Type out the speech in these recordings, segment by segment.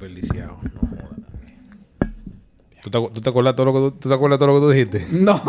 desperdiciado. No jodas. ¿Tú te acuerdas todo lo que tú dijiste? No.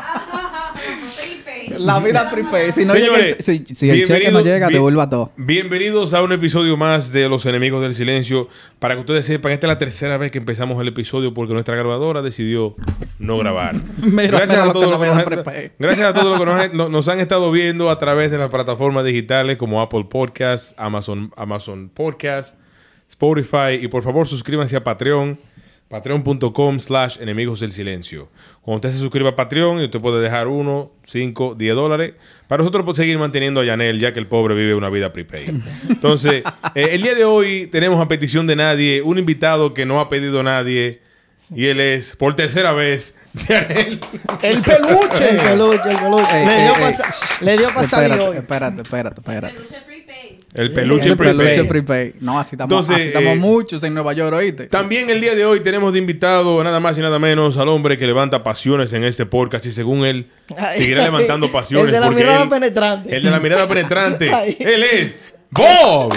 La vida prepaid. Si no Señores, llega si el cheque no llega, devuelva todo. Bienvenidos a un episodio más de Los Enemigos del Silencio. Para que ustedes sepan, esta es la tercera vez que empezamos el episodio porque nuestra grabadora decidió no grabar. Gracias a todos los que nos han estado viendo a través de las plataformas digitales como Apple Podcasts, Amazon Podcasts, Spotify. Y por favor, suscríbanse a Patreon. Patreon.com/enemigos del silencio. Cuando usted se suscriba a Patreon, usted puede dejar $1, $5, $10 para nosotros seguir manteniendo a Yanel, ya que el pobre vive una vida prepaid. Entonces, el día de hoy tenemos a petición de nadie un invitado que no ha pedido nadie, y él es, por tercera vez, Yanel. ¡El peluche! El peluche. Le dio para salir hoy. Espérate. El peluche prepaid. No, así estamos muchos en Nueva York, ¿oíste? También el día de hoy tenemos de invitado nada más y nada menos al hombre que levanta pasiones en este podcast y según él seguirá levantando pasiones. El de la mirada penetrante. El de la mirada penetrante. Él es Bob.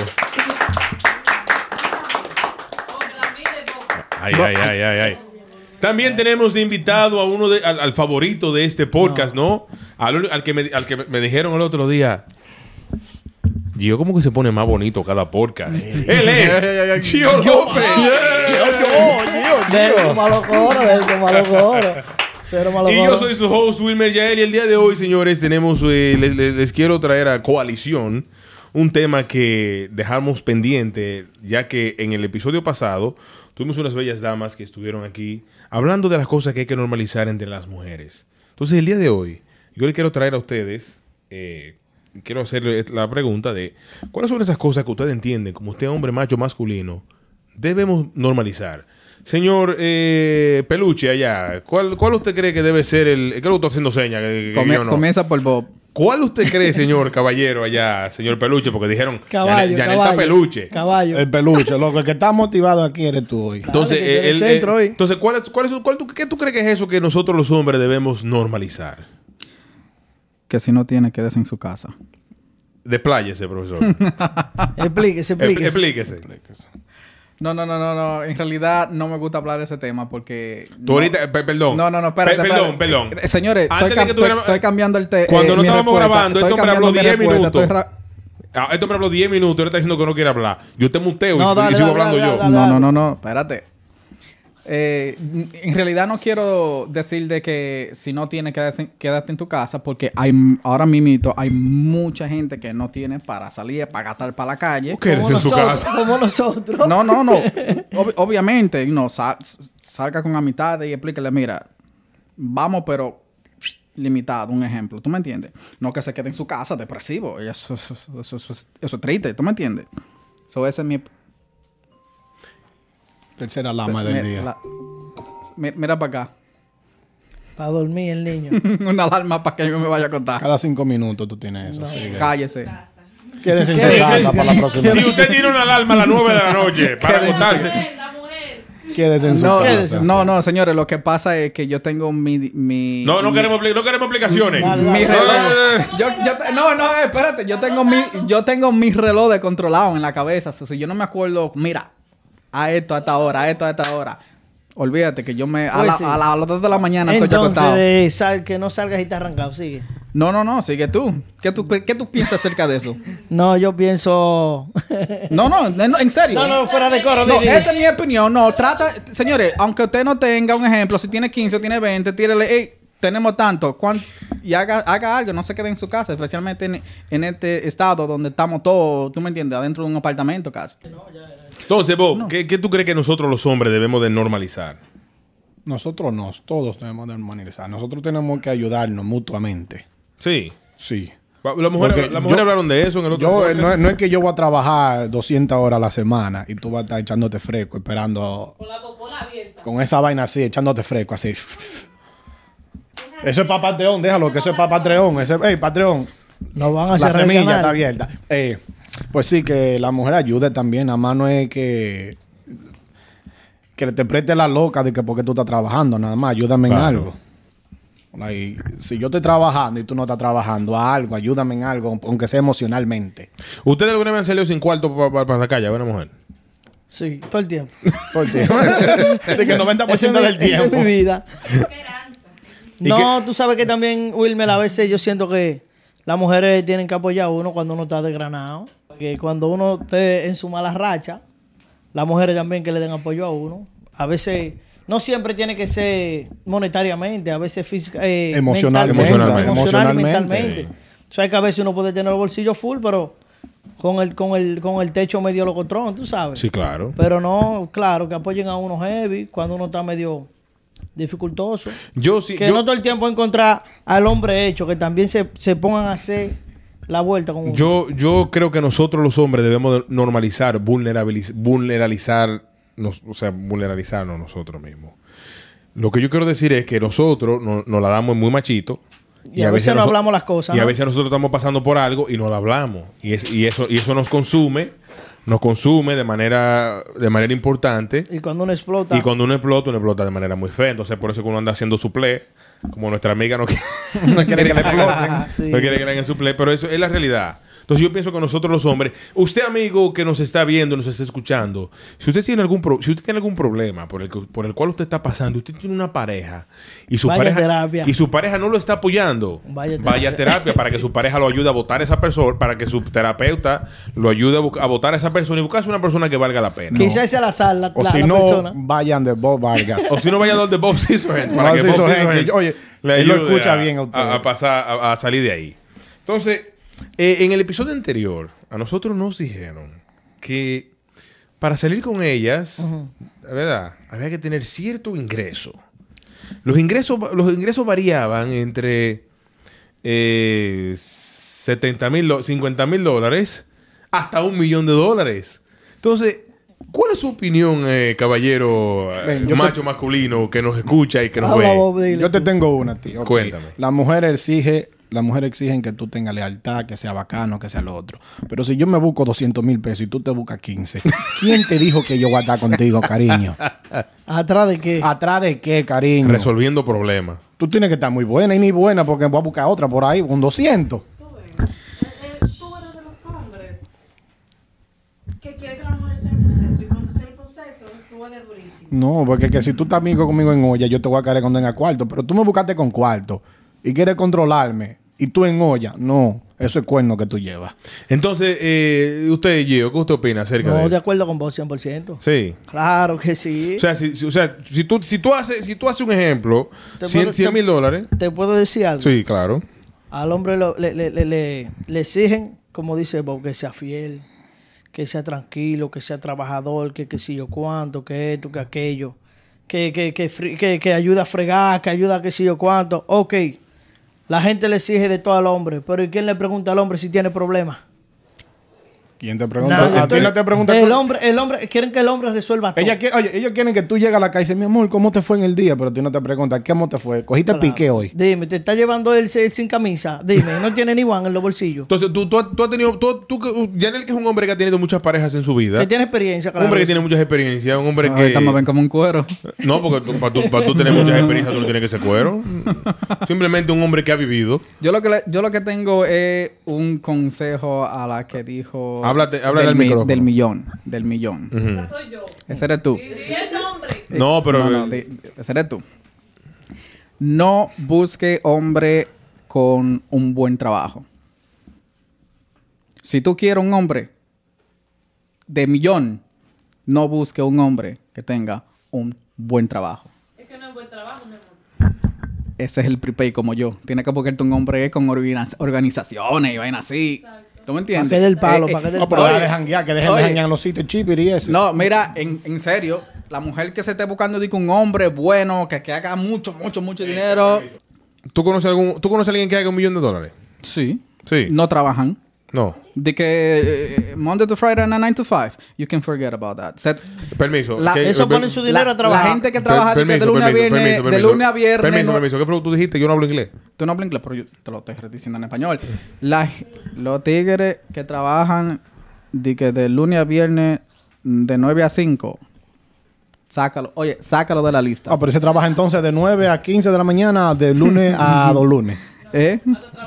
Ay. También tenemos de invitado a uno al favorito de este podcast, ¿no? Al que me dijeron el otro día. Gio como que se pone más bonito cada podcast. Él es Gio López. De eso malo coro. Cero malo Y coro. yo soy su host Wilmer Yael. Y el día de hoy, señores, tenemos les quiero traer a Coalición un tema que dejamos pendiente, ya que en el episodio pasado tuvimos unas bellas damas que estuvieron aquí hablando de las cosas que hay que normalizar entre las mujeres. Entonces, el día de hoy, yo les quiero traer a ustedes... quiero hacerle la pregunta de ¿cuáles son esas cosas que usted entiende como usted hombre macho masculino debemos normalizar? Señor Peluche allá, ¿cuál usted cree que debe ser el... ¿Qué lo estoy haciendo señas? Comienza por Bob. ¿Cuál usted cree, señor caballero allá, señor Peluche? Porque dijeron Caballo. Está Peluche. Caballo. El peluche, loco. El que está motivado aquí eres tú hoy. Entonces, ¿qué tú crees que es eso que nosotros los hombres debemos normalizar? Que si no tiene, quédese en su casa. Despláyese, profesor. Explíquese. No. En realidad no me gusta hablar de ese tema porque... Tú ahorita... Perdón. No, espérate. Perdón. Señores, estoy cambiando el tema. Cuando no estábamos grabando, este hombre habló 10 minutos. Este hombre habló 10 minutos. Ahora está diciendo que no quiere hablar. Yo te muteo y sigo hablando yo. No. Espérate. En realidad no quiero decir de que si no tienes, quédate en tu casa porque ahora mismo hay mucha gente que no tiene para salir, para gastar para la calle. Quédese en su casa. Como nosotros. No. Obviamente, salga con amistades y explíquele, mira, vamos, pero limitado, un ejemplo. ¿Tú me entiendes? No que se quede en su casa depresivo. Eso es triste. ¿Tú me entiendes? Ese es mi... Tercera alarma del día. Mira para acá. Para dormir el niño. Una alarma para que yo me vaya a contar. Cada 5 minutos tú tienes eso. No. Así que Cállese. quédese en su casa para la próxima. Si usted tiene una alarma a las 9 de la noche para acostarse... Quédese en su casa. No, señores. Lo que pasa es que yo tengo mi No queremos explicaciones. mi reloj. Espérate. Yo tengo mi reloj de controlado en la cabeza. Si yo no me acuerdo, mira, a esto, a esta hora. Olvídate que yo a las 2 de la mañana estoy acostado. Entonces, que no salgas y te arrancado. Sigue. No, sigue tú. ¿Qué tú piensas acerca de eso? No, yo pienso... No, en serio. No, fuera de coro. No, esa es mi opinión. No, señores, aunque usted no tenga un ejemplo, si tiene 15 o tiene 20, tírele, hey, tenemos tanto. Y haga algo, no se quede en su casa, especialmente en este estado donde estamos todos, tú me entiendes, adentro de un apartamento casi. Entonces, Bob, ¿qué tú crees que nosotros los hombres debemos de normalizar? Nosotros no, todos tenemos de normalizar. Nosotros tenemos que ayudarnos mutuamente. Sí. Las mujeres hablaron de eso en el otro podcast. No es que yo voy a trabajar 200 horas a la semana y tú vas a estar echándote fresco, esperando... Con la popola abierta. Con esa vaina así, echándote fresco, así. Eso es para Patreon, déjalo, que eso es para Patreon. Patreon. No van a la cerrar semilla el canal. está abierta. Pues sí, que la mujer ayude también. Nada más no es que te preste la loca de que porque tú estás trabajando. Nada más, ayúdame en algo. Si yo estoy trabajando y tú no estás trabajando a algo, ayúdame en algo, aunque sea emocionalmente. ¿Ustedes alguna vez han salido sin cuarto para la calle a ver a una mujer? Sí, todo el tiempo. Todo el tiempo. De que el 90% del tiempo. Esa es mi vida. Esperanza. No, tú sabes que también, Wilmer, a veces yo siento que las mujeres tienen que apoyar a uno cuando uno está desgranado. Que cuando uno esté en su mala racha, las mujeres también que le den apoyo a uno. A veces, no siempre tiene que ser monetariamente, a veces Emocionalmente. emocional y Emocionalmente. mentalmente. O sea, que a veces uno puede tener el bolsillo full, pero con el techo medio locotrón, tú sabes. Sí, claro. Pero no, claro, que apoyen a uno heavy cuando uno está medio dificultoso. Yo sí. Que no todo el tiempo encontrar al hombre hecho, que también se pongan a hacer la vuelta con uno. Yo creo que nosotros los hombres debemos de normalizar, vulneralizarnos nosotros mismos. Lo que yo quiero decir es que nosotros nos la damos muy machito. Y a veces no hablamos las cosas. Y a ¿no? veces nosotros estamos pasando por algo y no lo hablamos. Y eso nos consume de manera importante. Y cuando uno explota. Y cuando uno explota de manera muy fea. Entonces, por eso que uno anda haciendo suple. Como nuestra amiga no quiere que le exploten. Sí. No quiere que le hagan suple. Pero eso es la realidad. Entonces, yo pienso que nosotros los hombres... Usted, amigo, que nos está viendo, nos está escuchando. Si usted tiene algún problema por el cual usted está pasando, usted tiene una pareja y su Vaya pareja... terapia. Y su pareja no lo está apoyando. Vaya a terapia para que su pareja lo ayude a votar a esa persona. Para que su terapeuta lo ayude a votar a esa persona y buscarse una persona que valga la pena. Quizás sea la sal, O la si no, persona. vayan de Bob Vargas. O si no, vaya donde Bob Scissorhands para Bob que Bob Scissorhands, Scissorhands oye, le él lo ayude escucha bien a usted. a pasar, a salir de ahí. Entonces, en el episodio anterior, a nosotros nos dijeron que para salir con ellas, ¿verdad? Había que tener cierto ingreso. Los ingresos variaban entre $50,000 hasta $1 millón. Entonces, ¿cuál es su opinión, caballero macho masculino que nos escucha y que nos Habla, ve? Bob, dile. Yo te tengo una, tío. Ok. Cuéntame. Las mujeres exigen que tú tengas lealtad, que sea bacano, que sea lo otro. Pero si yo me busco 200,000 pesos y tú te buscas 15, ¿quién te dijo que yo voy a estar contigo, cariño? ¿Atrás de qué? ¿Atrás de qué, cariño? Resolviendo problemas. Tú tienes que estar muy buena y ni buena porque voy a buscar otra por ahí con 200. Tú eres de los hombres que quiere que la mujer sea el proceso. Y cuando sea el proceso, tú eres durísimo. No, porque que si tú estás amigo conmigo en olla, yo te voy a querer cuando venga cuarto. Pero tú me buscaste con cuarto y quieres controlarme y tú en olla. No, eso es cuerno que tú llevas. Entonces, usted, Gio, ¿qué usted opina acerca de No, de eso? acuerdo con vos 100%. Sí. Claro que sí. O sea, si tú haces un ejemplo, Te $100,000. ¿Te puedo decir algo? Sí, claro. Al hombre le exigen, como dice Bob, que sea fiel, que sea tranquilo, que sea trabajador, que si yo cuánto, que esto, que aquello, que ayuda a fregar, que ayuda a que si yo cuánto. Ok, la gente le exige de todo al hombre, pero ¿y quién le pregunta al hombre si tiene problemas? ¿Quién te pregunta? Nadie. ¿A ti no te pregunta? El hombre, quieren que el hombre resuelva todo. Ellos quieren que tú llegues a la casa y dices, mi amor, ¿cómo te fue en el día? Pero tú no te preguntas, ¿cómo te fue? ¿Cogiste Claro. pique hoy? Dime, ¿te está llevando él sin camisa? Dime, ¿no tiene ni guan en los bolsillos? Entonces, tú has tenido... Yanel, que es un hombre que ha tenido muchas parejas en su vida. Que tiene experiencia, Un claro. hombre que tiene muchas experiencias. Un hombre que... Ahorita me ven como un cuero. No, porque para tú tener muchas experiencias, tú no tienes que ser cuero. Simplemente un hombre que ha vivido. Yo lo que tengo es un consejo a la que dijo... Háblale al micrófono. Del millón. Esa soy yo. Ese eres tú. Y di el nombre. No, pero... Ese eres tú. No busque hombre con un buen trabajo. Si tú quieres un hombre de millón, no busque un hombre que tenga un buen trabajo. Es que no es buen trabajo, mi amor. Ese es el prepay como yo. Tienes que buscarte un hombre con organizaciones y vainas así. ¿Tú me entiendes? Para que dé el palo, para que dé el No, pero palo. deja de janguear, que dejen de Oye. janguear en los sitios chipiri y eso. No, mira, en serio, la mujer que se esté buscando dice un hombre bueno, que haga mucho dinero. ¿Tú conoces a alguien que haga $1 millón? Sí. Sí. No trabajan. No. De que Monday to Friday and a 9 to 5. You can forget about that. Permiso. Eso ponen su dinero a trabajar. La gente que trabaja de lunes a viernes, de lunes a viernes. Permiso. ¿Qué fue lo que tú dijiste? Yo no hablo inglés. Tú no hablas inglés, pero yo te lo estoy diciendo en español. Los tigres que trabajan de lunes a viernes de 9 a 5, sácalo. Oye, sácalo de la lista. Ah, pero se trabaja entonces de 9 a 15 de la mañana, de lunes a 2 lunes. ¿Eh? Hasta trabajan más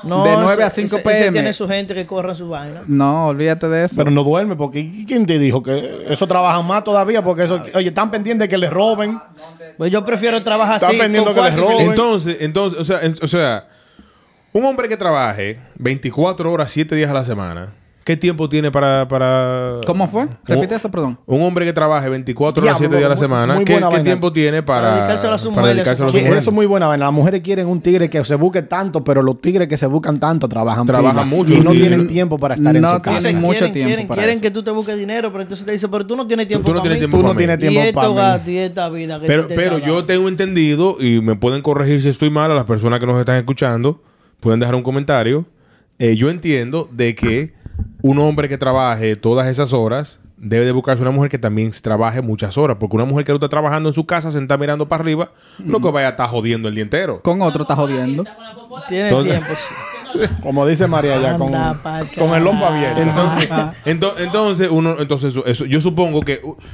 No, de 9 a ese- 5 ese p.m. tiene su gente que corra su vaina. No, olvídate de eso. Pero no duerme, porque ¿quién te dijo que eso trabajan más todavía? Porque eso, oye, están pendientes de que les roben. Pues yo prefiero trabajar Está así. pendiente con que les 4 roben. Entonces, o sea, un hombre que trabaje 24 horas, 7 días a la semana, ¿qué tiempo tiene para... ¿Cómo fue? Repite eso, perdón. Un hombre que trabaje 24 horas, 7 días a la Muy- semana, muy ¿qué buena vaina. tiempo tiene Para dedicárselo a su para mujer, dedicárselo a su Que mujer? eso es muy buena vaina. Las mujeres quieren un tigre que se busque tanto, pero los tigres que se buscan tanto trabajan Trabajan pila. mucho y los no tigres. tienen tiempo para estar en No su casa. tienen mucho tiempo quieren, para quieren eso. que tú te busques dinero, pero entonces te dicen, pero tú no tienes tiempo Tú no para tienes mí. tiempo Tú para no mí. tienes Y tiempo estos para gastos y esta vida que Pero, tú te pero estás yo dando. tengo entendido, y me pueden corregir si estoy mal, a las personas que nos están escuchando, pueden dejar un comentario. Yo entiendo de que un hombre que trabaje todas esas horas debe de buscarse una mujer que también trabaje muchas horas. Porque una mujer que no está trabajando en su casa, sentada mirando para arriba, lo que vaya a estar jodiendo el día entero. Con otro está jodiendo. Tiene Entonces- tiempo, sí. Como dice María ya, Anda pa'l con el lomo abierto. Entonces, eso, yo supongo,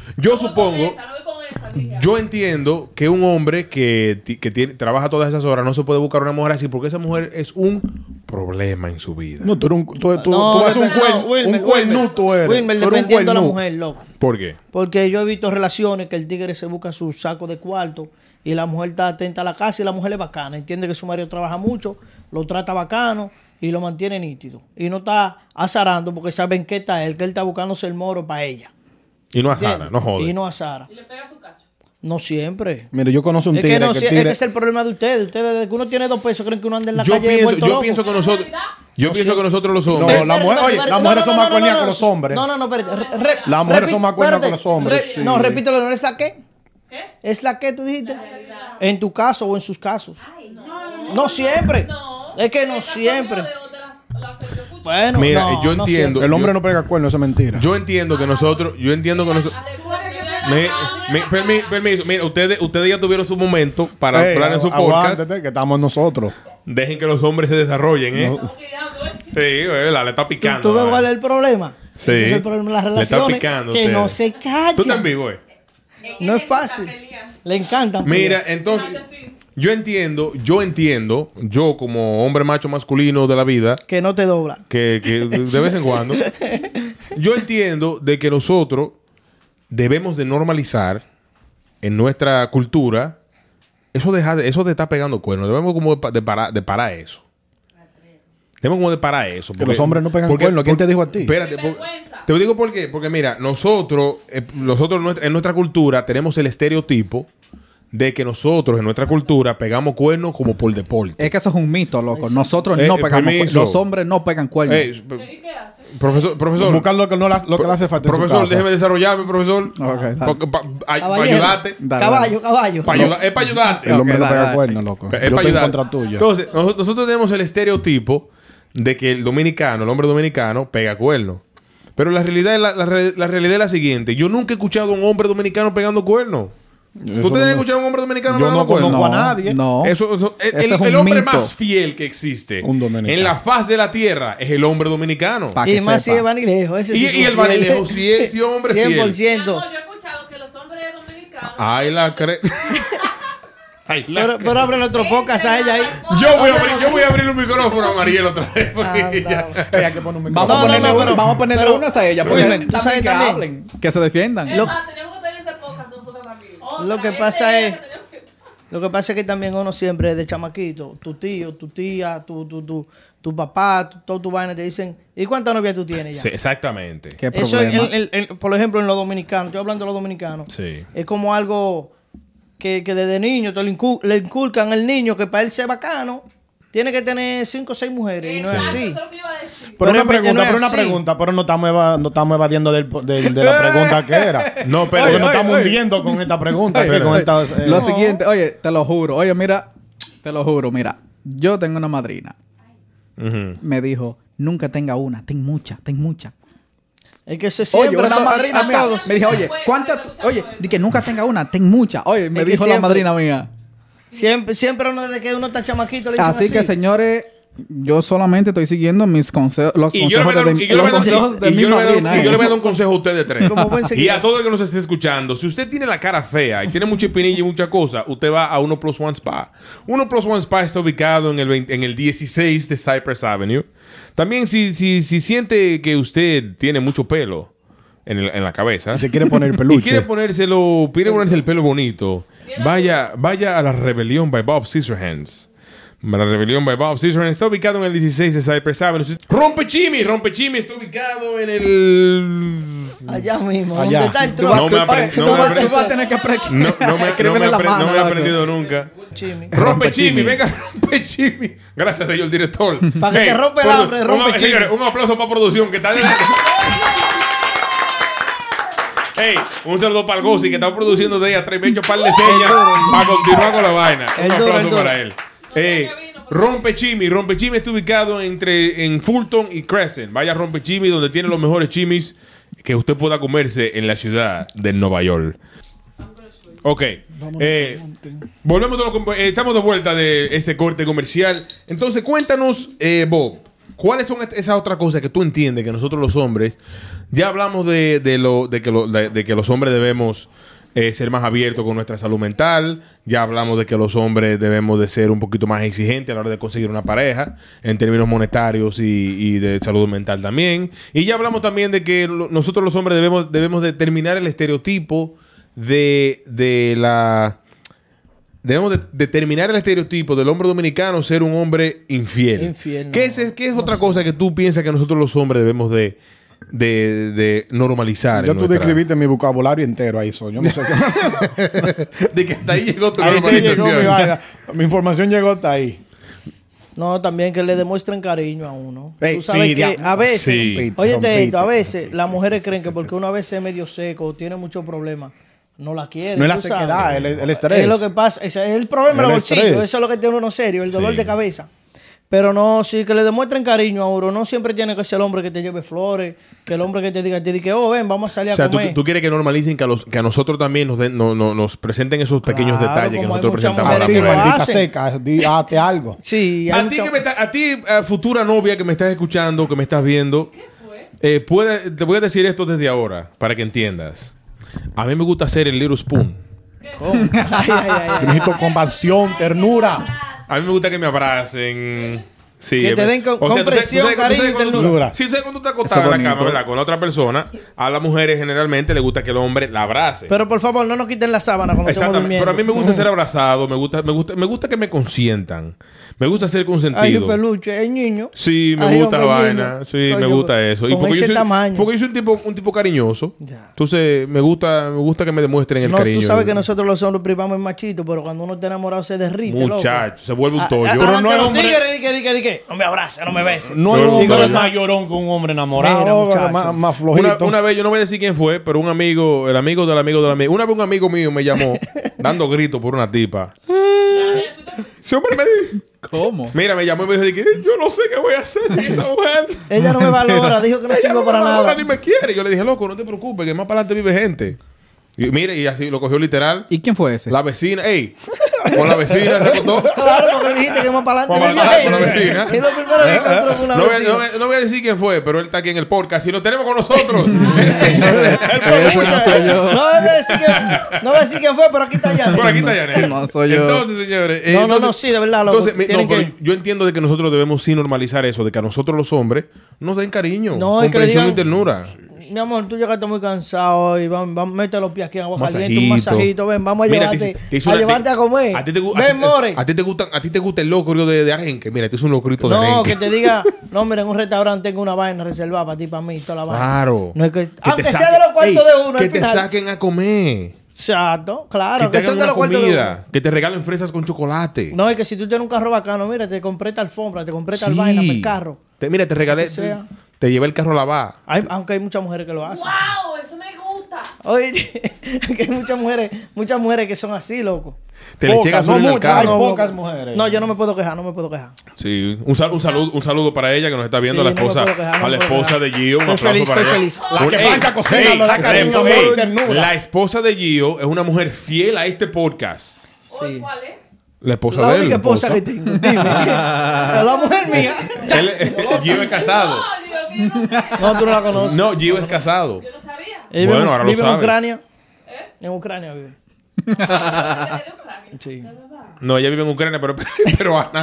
yo entiendo que un hombre que trabaja todas esas horas no se puede buscar una mujer así porque esa mujer es un problema en su vida. No, tú eres un, tú No, vas a un, no, Wilmer, un cuernuto eres. Wilmer, Tú eres un dependiendo de la cuernú. mujer, loco. ¿Por qué? Porque yo he visto relaciones que el tigre se busca su saco de cuarto y la mujer está atenta a la casa y la mujer es bacana. Entiende que su marido trabaja mucho, lo trata bacano y lo mantiene nítido. Y no está azarando porque saben que está él, que él está buscándose el moro para ella. Y no a Sara, ¿Entiendes? no jode. Y no a Sara. Y le pega su cacho. No siempre. Mire, yo conozco un Es tigre que, no, que es tigre... que es el problema de ustedes. Ustedes, desde que uno tiene 2 pesos, creen que uno anda en la calle pienso, vuelto yo loco. pienso que nosotros, yo No pienso sé. que nosotros los No, hombres, la mujer- oye, las mujeres son más cuernias que los hombres. No, espérate. Las mujeres son más cuernas que los hombres, sí. No, repítelo, ¿no es la qué? ¿Qué? ¿Es la que tú dijiste? En tu caso o en sus casos. No siempre. No. Es que En no el caso siempre. mío de las que yo escucho. Bueno, Mira, no, yo no entiendo. El hombre no pega cuernos, eso es mentira. yo entiendo que nosotros, permiso, mira, ustedes ya tuvieron su momento para Ey, hablar en su podcast. aguántate, que estamos nosotros. Dejen que los hombres se desarrollen, ¿eh? Estamos criando, ¿eh? Sí, le está picando. ¿Tú ves ¿vale? cuál es el problema? Sí. Ese es el problema de las Le está relaciones. picando a Que no ustedes. se callan. Tú estás en vivo, ¿eh? No es fácil. Le encantan. Mira, pelear. entonces, yo entiendo, yo como hombre macho masculino de la vida, Que no te dobla. que de vez en cuando, yo entiendo de que nosotros debemos de normalizar en nuestra cultura eso de estar pegando cuernos. Debemos como de parar eso. Debemos como de parar eso. Que los hombres no pegan cuernos. ¿Quién te dijo a ti? Espérate, Vergüenza. te digo por qué. Porque mira, nosotros en nuestra cultura tenemos el estereotipo de que nosotros en nuestra cultura pegamos cuernos como por deporte. Es que eso es un mito, loco. Nosotros no pegamos permiso. cuernos. Los hombres no pegan cuernos. ¿Y qué hace? Profesor. Buscar lo que le hace falta en su Profesor, casa. déjeme desarrollarme, profesor. Ok, dale. Para Caballero. ayudarte. Dale, Caballo. Es para ayudarte. El hombre Ok, no dale, pega dale. cuernos, loco. Es Yo para estoy en ayudar. contra tuya. Entonces, nosotros tenemos el estereotipo de que el hombre dominicano, pega cuernos. Pero la realidad es la siguiente. Yo nunca he escuchado a un hombre dominicano pegando cuernos. Eso ¿Ustedes han no- escuchado a un hombre dominicano Yo pegando no cuernos? conozco a No, nadie. no. Eso, Ese es el un hombre mito. más fiel que existe Un dominicano. en la faz de la tierra es el hombre dominicano. Pa' Y que más si sepa. es Vanilejo. Ese sí Y es el fiel. Vanilejo sí es hombre fiel. 100%. No, yo he escuchado que los hombres dominicanos. Ay, la cre... Ay, la cre- Pero abre otro podcast a ella ahí. Yo voy a abrir un micrófono a Mariel otra vez. Porque ya- Hay que poner un Vamos, micrófono. vamos a ponerle unas a ella. Porque Wilmer, tú también sabes que también. hablen. Que se defiendan. Es más, tenemos que tener ese podcast nosotros también. Lo que pasa es- Lo que pasa es que también uno siempre de chamaquito, tu tío, tu tía, tu papá, todo tu vaina te dicen, ¿y cuántas novias tú tienes ya? Sí, exactamente. ¿Qué Eso, problema? por ejemplo, en los dominicanos, estoy hablando de los dominicanos, Sí. es como algo que desde niño le inculcan al niño que para él ser bacano, tiene que tener 5 o 6 mujeres, y no es así. Eso es lo que iba a decir. Pero una no pregunta, es así. pero no estamos evadiendo de la pregunta que era. No, pero Porque nos oye, estamos oye. hundiendo con esta pregunta. Oye, que con oye, esta, lo no. siguiente, oye, te lo juro. Oye, mira, te lo juro, mira. Yo tengo una madrina. Ujú. Me dijo, nunca tenga una, ten mucha, ten mucha. Es que eso es Oye, siempre una madrina a mía todos. me dijo, oye, ¿cuántas? Oye, di que nunca tenga una, ten mucha. Oye, me Es que dijo la siempre- madrina mía. Siempre uno desde que uno está chamaquito le dicen Así que, señores, Yo solamente estoy siguiendo mis consejos, los Y yo le voy a consejos dar- y yo le voy a dar- consejos de y mi yo le voy a dar- madrina. y yo le voy a dar un consejo a ustedes tres. Como buen Y seguidor. a todo el que nos esté escuchando, si usted tiene la cara fea y tiene mucha espinilla y mucha cosa, usted va a 1+1 Spa. 1+1 Spa está ubicado en el 16 de Cypress Avenue. También si siente que usted tiene mucho pelo en la cabeza Se quiere poner y peluche. quiere ponerse el pelo bonito, vaya a la Rebelión by Bob Scissorhands. La Rebelión by Bob Scissorhands está ubicado en el 16 de Cypress Avenue. Rompe Chimi está ubicado en el... Allá mismo, Allá. donde está el Tú trono. No me apre- tú no me vas apre- a tener que No me escríbele en la mano, he loco. aprendido nunca. Chimi. Rompe Chimi, venga, rompe Chimi. Gracias, señor director. Para que te rompe el hambre, rompe Chimi. Señores, un aplauso para producción que está de... Hey, un saludo para el Gossi que está produciendo de ella 3 meses par de señas para continuar con la vaina. Un El duro, aplauso el duro. para él. Rompe Chimi está ubicado en Fulton y Crescent. Vaya a Rompe Chimi donde tiene los mejores chimis que usted pueda comerse en la ciudad de Nueva York. Ok. Volvemos estamos de vuelta de ese corte comercial. Entonces, cuéntanos, Bob, ¿cuáles son esas otras cosas que tú entiendes que nosotros los hombres, ya hablamos de que los hombres debemos ser más abiertos con nuestra salud mental, ya hablamos de que los hombres debemos de ser un poquito más exigentes a la hora de conseguir una pareja, en términos monetarios y de salud mental también, y ya hablamos también de que nosotros los hombres debemos de terminar el estereotipo Debemos determinar el estereotipo del hombre dominicano ser un hombre infiel. Infiel, ¿Qué es otra cosa que tú piensas que nosotros los hombres debemos de normalizar? Ya en tú nuestra- describiste mi vocabulario entero ahí, Yo no sé qué. De que hasta ahí llegó tu Ahí te llegó mi normalización. vaina. Mi información llegó hasta ahí. No, también que le demuestren cariño a uno. Ey, Tú sabes sí, que ya- a veces, Sí. óyete esto, a veces las mujeres creen que porque uno a veces es medio seco o tiene muchos problemas, no la quieren. No es la tú sabes. sequedad, el estrés. Es lo que pasa, ese es el problema El del bolsillo, estrés. eso es lo que tiene uno serio, el dolor Sí. de cabeza. Pero no, sí, que le demuestren cariño a uno. No siempre tiene que ser el hombre que te lleve flores, que el hombre que te diga, oh, ven, vamos a salir O sea, a comer. tú quieres que normalicen que a nosotros también nos presenten esos pequeños Claro, detalles que como hay nosotros muchas presentamos a A la ti, mujeres que lo mujer. maldita hacen. seca, hazte algo. Sí, hay A ti, futura novia que me estás escuchando, que me estás viendo, te voy a decir esto desde ahora para que entiendas. A mí me gusta hacer el little spoon. Ay, ay, ay, Yo necesito compasión, ternura. A mí me gusta que me abracen. Sí, Que te den compresión, cariño y ternura. Si usted cuando te acostado en la bonito. cama, ¿verdad? Con la otra persona, a las mujeres generalmente le gusta que el hombre la abrace. Pero por favor, no nos quiten la sábana cuando estamos Exactamente. durmiendo. Pero a mí me gusta ser abrazado, me gusta que me consientan. Me gusta ser Ay, consentido. qué peluche, el niño. Sí, me Ay, gusta hombre, vaina. niño. Sí, me Coño, gusta eso. Y con ese tamaño. porque yo soy un tipo cariñoso. Ya. Entonces, me gusta que me demuestren el No, cariño. tú sabes que nosotros los hombres privamos en machito, pero cuando uno está enamorado se derrite, loco. Muchacho, se vuelve un Ah, tollo. ah, Pero ah, no de es los hombre- tigres, di que, no me abraces, no me beses. No hay Yo un lo hombre digo. más llorón que un hombre enamorado. Mira, muchacho. más flojito. Una vez, yo no voy a decir quién fue, pero un amigo, el amigo del amigo del amigo. Una vez un amigo mío me llamó dando gritos por una tipa. Ese hombre me dijo, ¿Cómo? mira, me llamó y me dijo, de que, yo no sé qué voy a hacer sin esa mujer. Ella no me valora, dijo que no Ella sirvo no para me valora nada. ni me quiere. Yo le dije, loco, no te preocupes, que más para adelante vive gente. Y mire, y así lo cogió literal. ¿Y quién fue ese? La vecina, ey, con la vecina se acostó. Claro, porque dijiste que más para Con adelante la- vivía con la gente. vecina. Y lo primero que encontró fue una No vecina. voy a decir quién fue, pero él está aquí en el podcast y lo tenemos con nosotros. Ese no soy yo. No voy a decir quién fue, pero aquí está ya. Por aquí está Janet. No soy yo. Entonces, señores. No, sí, de verdad, loco. Entonces, Tienen pero que- yo entiendo de que nosotros debemos sí normalizar eso, de que a nosotros los hombres nos den cariño, No, y que le comprensión digan- y ternura. Mi amor, tú llegaste muy cansado y vamos, mete los pies aquí en agua caliente, un Masajito. masajito, ven, vamos a Mira, llevarte, te hizo a una- llevarte a comer. A ti te, Ven, more. a ti te gusta el locrio de arenque. Mira, este es un locrito de No, arenque. que te diga, no, mira, en un restaurante tengo una vaina reservada para ti, para mí, toda la vaina. Claro. No es que, Que aunque te sea saquen- de los cuartos Ey, de uno, que al te final. saquen a comer. Exacto, claro, Que te que son hagan de una los cuartos de uno. comida. Que te regalen fresas con chocolate. No, es que si tú tienes un carro bacano, mira, te compré esta alfombra, te compré tal Sí. vaina para el carro. Mira, te regalé. Lo que sea. Te llevé el carro a lavar. Aunque hay muchas mujeres que lo hacen. ¡Wow! Eso me gusta. Oye, que hay muchas mujeres que son así, loco. Te le Pocas, llegas no en el muchas, hay carro. pocas mujeres. No, yo no me puedo quejar, no me puedo quejar. Sí, un saludo para ella que nos está viendo, Sí, a la no me esposa, puedo quejar, no a la me puedo esposa quejar. de Gio. Un Estoy aplauso feliz, para estoy ella. feliz. La que Ey, falta cocina, ey, lo da cariño, amor y ternura. la esposa de Gio es una mujer fiel a este podcast. ¿Cuál es? La esposa La de él. única esposa que tengo. Dime. La mujer mía. Gio es casado. No, Dios, que yo no sé. No, tú no la conoces. No, Gio es casado. Yo no sabía. Él Bueno, vive, ahora lo vive en sabes. Ucrania. ¿Eh? En Ucrania vive. ¿Es de Ucrania? Sí. ¿De verdad? No, ella vive en Ucrania, pero peruana.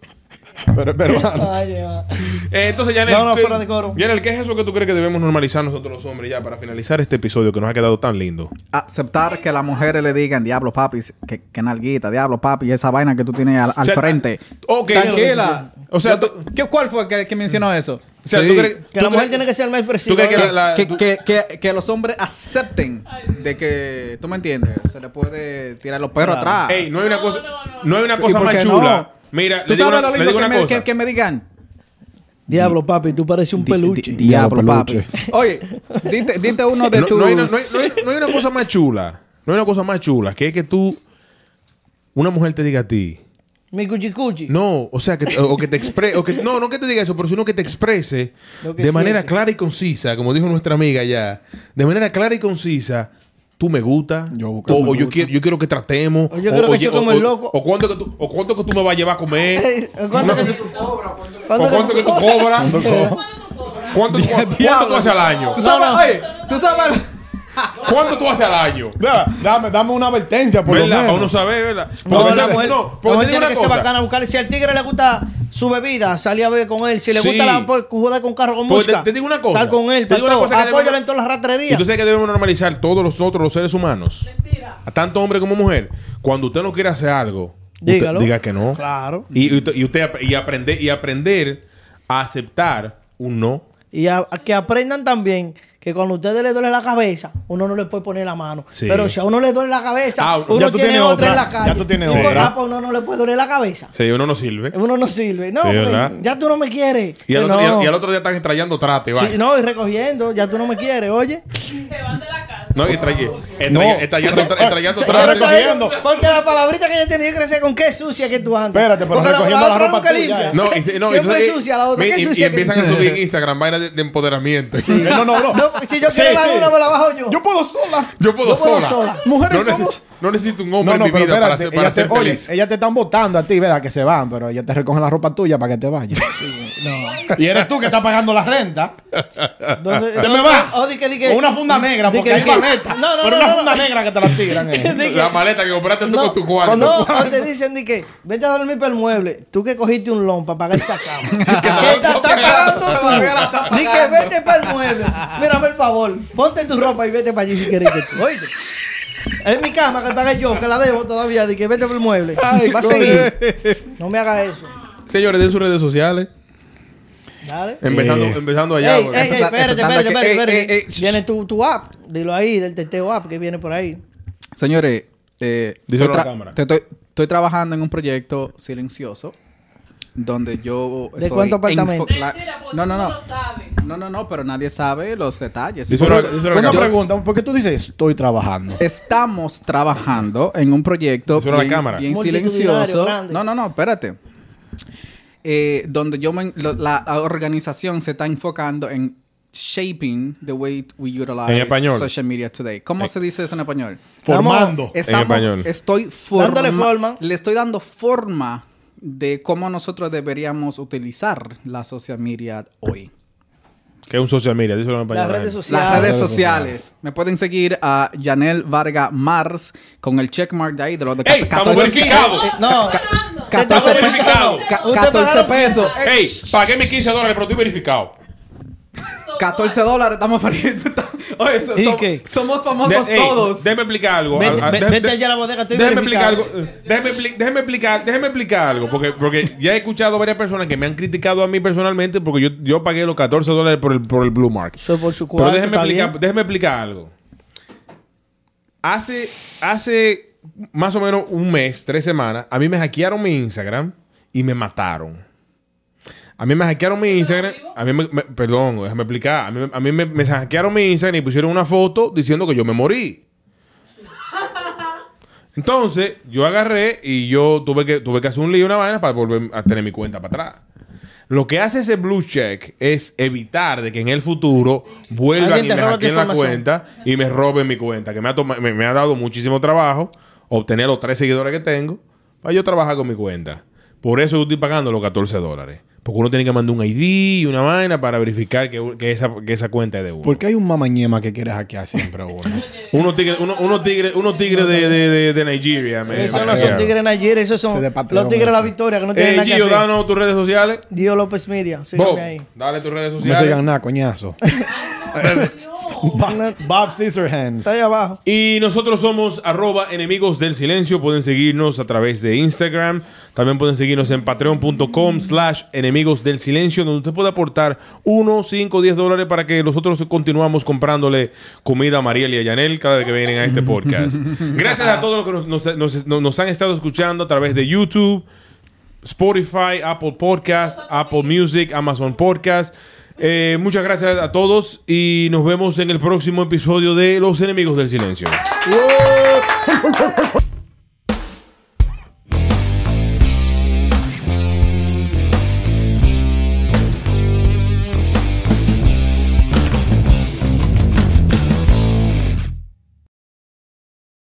Pero Ay, Dios. Entonces, Yanel, No, fuera de coro. Yanel, ¿qué es eso que tú crees que debemos normalizar nosotros los hombres ya para finalizar este episodio que nos ha quedado tan lindo? Aceptar que las mujeres le digan, diablo, papi, que nalguita, diablo, papi, esa vaina que tú tienes al O sea, frente. Ok. Tranquila. O sea, ¿Cuál fue que mencionó eso? O sea, Sí. ¿tú crees Que la mujer tiene que ser más expresiva. ¿Tú crees que ¿verdad? Que los hombres acepten de que, ¿tú me entiendes? Se le puede tirar los perros Claro. atrás. Ey, no hay una cosa, no. no hay una ¿Y cosa por más qué chula. no? Mira, ¿Tú le digo sabes una, lo le lindo digo que una cosa. que me digan? Diablo, papi, tú pareces un peluche. Diablo, papi. peluche. Oye, dite uno de No, tus... no hay una cosa más chula. No hay una cosa más chula que es que tú, una mujer te diga a ti. Mi cuchicuchi. No, o sea, o que te exprese, no que te diga eso, pero sino que te exprese Lo que de manera siente. clara y concisa, como dijo nuestra amiga ya, de manera clara y concisa, tú me gusta, Yo busco o me yo quiero que tratemos, O yo quiero que choquemos el loco. o cuánto que tú me vas a llevar a comer, ¿Cuánto Una- que tú o cuánto que tú cobras, cuánto tú haces al año, ¿Tú sabes? Oye, ¿tú sabes? cuánto tú haces al año. Dame una advertencia, por lo ¿Verdad? Para uno menos. saber, ¿verdad? No, Porque la mujer, no, la porque mujer te digo tiene una que ser cosa. bacana buscarle. Si al tigre le gusta su bebida, salí a beber con él. Si le Sí. gusta jugar con carro con Pues música, te digo una cosa. sal con él. Te digo una cosa que Apóyalo debemos- en todas las Y raterías. tú sabes que debemos normalizar todos los seres humanos, Mentira. a tanto hombre como mujer, cuando usted no quiere hacer algo, usted Dígalo. diga que no. Claro. Y aprender a aceptar un no. Y a que aprendan también que cuando a ustedes les duele la cabeza, uno no le puede poner la mano. Sí. Pero si a uno le duele la cabeza, Ah, uno ya tú tiene tienes otra en otra. la calle. Ya tú tienes Sí, otra. pues, uno no le puede doler la cabeza. Sí, uno no sirve. Uno no sirve. No, Sí, porque ¿verdad? ya tú no me quieres. Y al, No. otro, y al otro día están extrayendo trate, Sí, vaya. no, y recogiendo, ya tú no me quieres, oye. Se van de la casa. No, extrayendo Yo trate. no sabía, recogiendo. porque la palabrita que ella tenía que decir con qué sucia que tú andas. Espérate, pero Porque recogiendo la otra ropa nunca tuya, limpia. No, Siempre entonces, sucia la otra. y ¿Qué sucia que empiezan a subir en Instagram vainas de empoderamiento. No. No, si yo quiero Sí, la sí. luna, me la bajo yo. Yo puedo sola. Yo puedo Yo puedo sola. sola. Mujeres no, somos- no necesito un hombre No, en mi pero vida para espérate. ser, Ellas feliz. ellas te están votando a ti, ¿verdad? Que se van, pero ellas te recogen la ropa tuya para que te vayas. Y eres tú que estás pagando la renta. ¿Te me vas? O una funda negra, porque hay maleta. No, Pero una funda negra que te la tiran. La maleta que compraste tú No, con tu cuarto. no, o te dicen de que vete a dormir para el mueble. Tú que cogiste un lon para pagar esa cama. que estás pagando tú. Ni que vete para el mueble. Mírame el favor. Ponte tu ropa y vete para allí si quieres que tú. Oíste. Es mi cama que pagué yo, que la debo todavía. De que vete para el mueble. Va a seguir. No me hagas eso. Señores, den sus redes sociales. Dale. Empezando allá. Ey, porque- ey, espérate. empezando Espérate. que- Viene tu app. Dilo ahí, del teteo app que viene por ahí. Señores, Díselo a la cámara. estoy trabajando en un proyecto silencioso donde yo ¿De cuántos apartamentos? Mentira, porque No, tú lo sabes. no, pero nadie sabe los detalles. Díselo a la- Por- díselo a la Una cámara. pregunta, ¿por qué tú dices estoy trabajando? Estamos trabajando en un proyecto Díselo a la cámara. bien Multitudinario, silencioso. grande. No, espérate. Donde la organización se está enfocando en shaping the way we utilize En español. social media today. ¿Cómo se dice eso en español? Formando. español. Dándole forma. Le estoy dando forma de cómo nosotros deberíamos utilizar la social media hoy. Que es un social media, díselo en español. Las redes sociales. Las redes sociales. Me pueden seguir a Yanel Varga Mars con el checkmark de ahí de los de ¡Ey! ¡Estamos verificados! No. Ganando. 14 Está verificado. Usted 14 pagaron pesos. ¡Ey! Pagué mis $15, pero estoy verificado. $14 estamos perdiendo. Oye, ¿Y qué? somos famosos todos. Déjame explicar algo. Vete allá a la bodega, estoy Déjame explicar verificado. algo. Déjeme explicar algo. Porque ya he escuchado varias personas que me han criticado a mí personalmente porque yo pagué los $14 por el Blue Mark. Eso es por su Pero cuarto, déjeme está explicar, bien. déjeme explicar algo. Hace más o menos un mes, 3 semanas, a mí me hackearon mi Instagram y me mataron. A mí me hackearon mi Instagram. A mí perdón, déjame explicar. A mí me hackearon mi Instagram y pusieron una foto diciendo que yo me morí. Entonces, yo agarré y yo tuve que hacer un lío, una vaina para volver a tener mi cuenta para atrás. Lo que hace ese blue check es evitar de que en el futuro vuelvan Alguien y te me roba tu hackeen la información. cuenta y me roben mi cuenta. Que me ha dado muchísimo trabajo obtener los 3 seguidores que tengo para yo trabajar con mi cuenta. Por eso yo estoy pagando los $14. Porque uno tiene que mandar un ID y una vaina para verificar que esa cuenta es de uno. ¿Por qué hay un mamañema que quiere hackear siempre a uno? Unos tigres de Nigeria. Esos no son tigres de Nigeria, esos son de Patreon, los tigres de la ese. Victoria que no tienen nada que Gio, hacer. danos tus redes sociales. Dio López Media, Bob, síganme ahí. dale tus redes No me sociales. sigan nada, coñazo. Bob Scissorhands. Está ahí abajo. Y nosotros somos @enemigos del silencio. Pueden seguirnos a través de Instagram. También pueden seguirnos en patreon.com/enemigos del silencio, donde usted puede aportar $1, $5, $10 para que nosotros continuamos comprándole comida a Mariel y a Yanel cada vez que vienen a este podcast. Gracias a todos los que nos han estado escuchando a través de YouTube, Spotify, Apple Podcast, Apple Music, Amazon Podcast. Muchas gracias a todos y nos vemos en el próximo episodio de Los Enemigos del Silencio.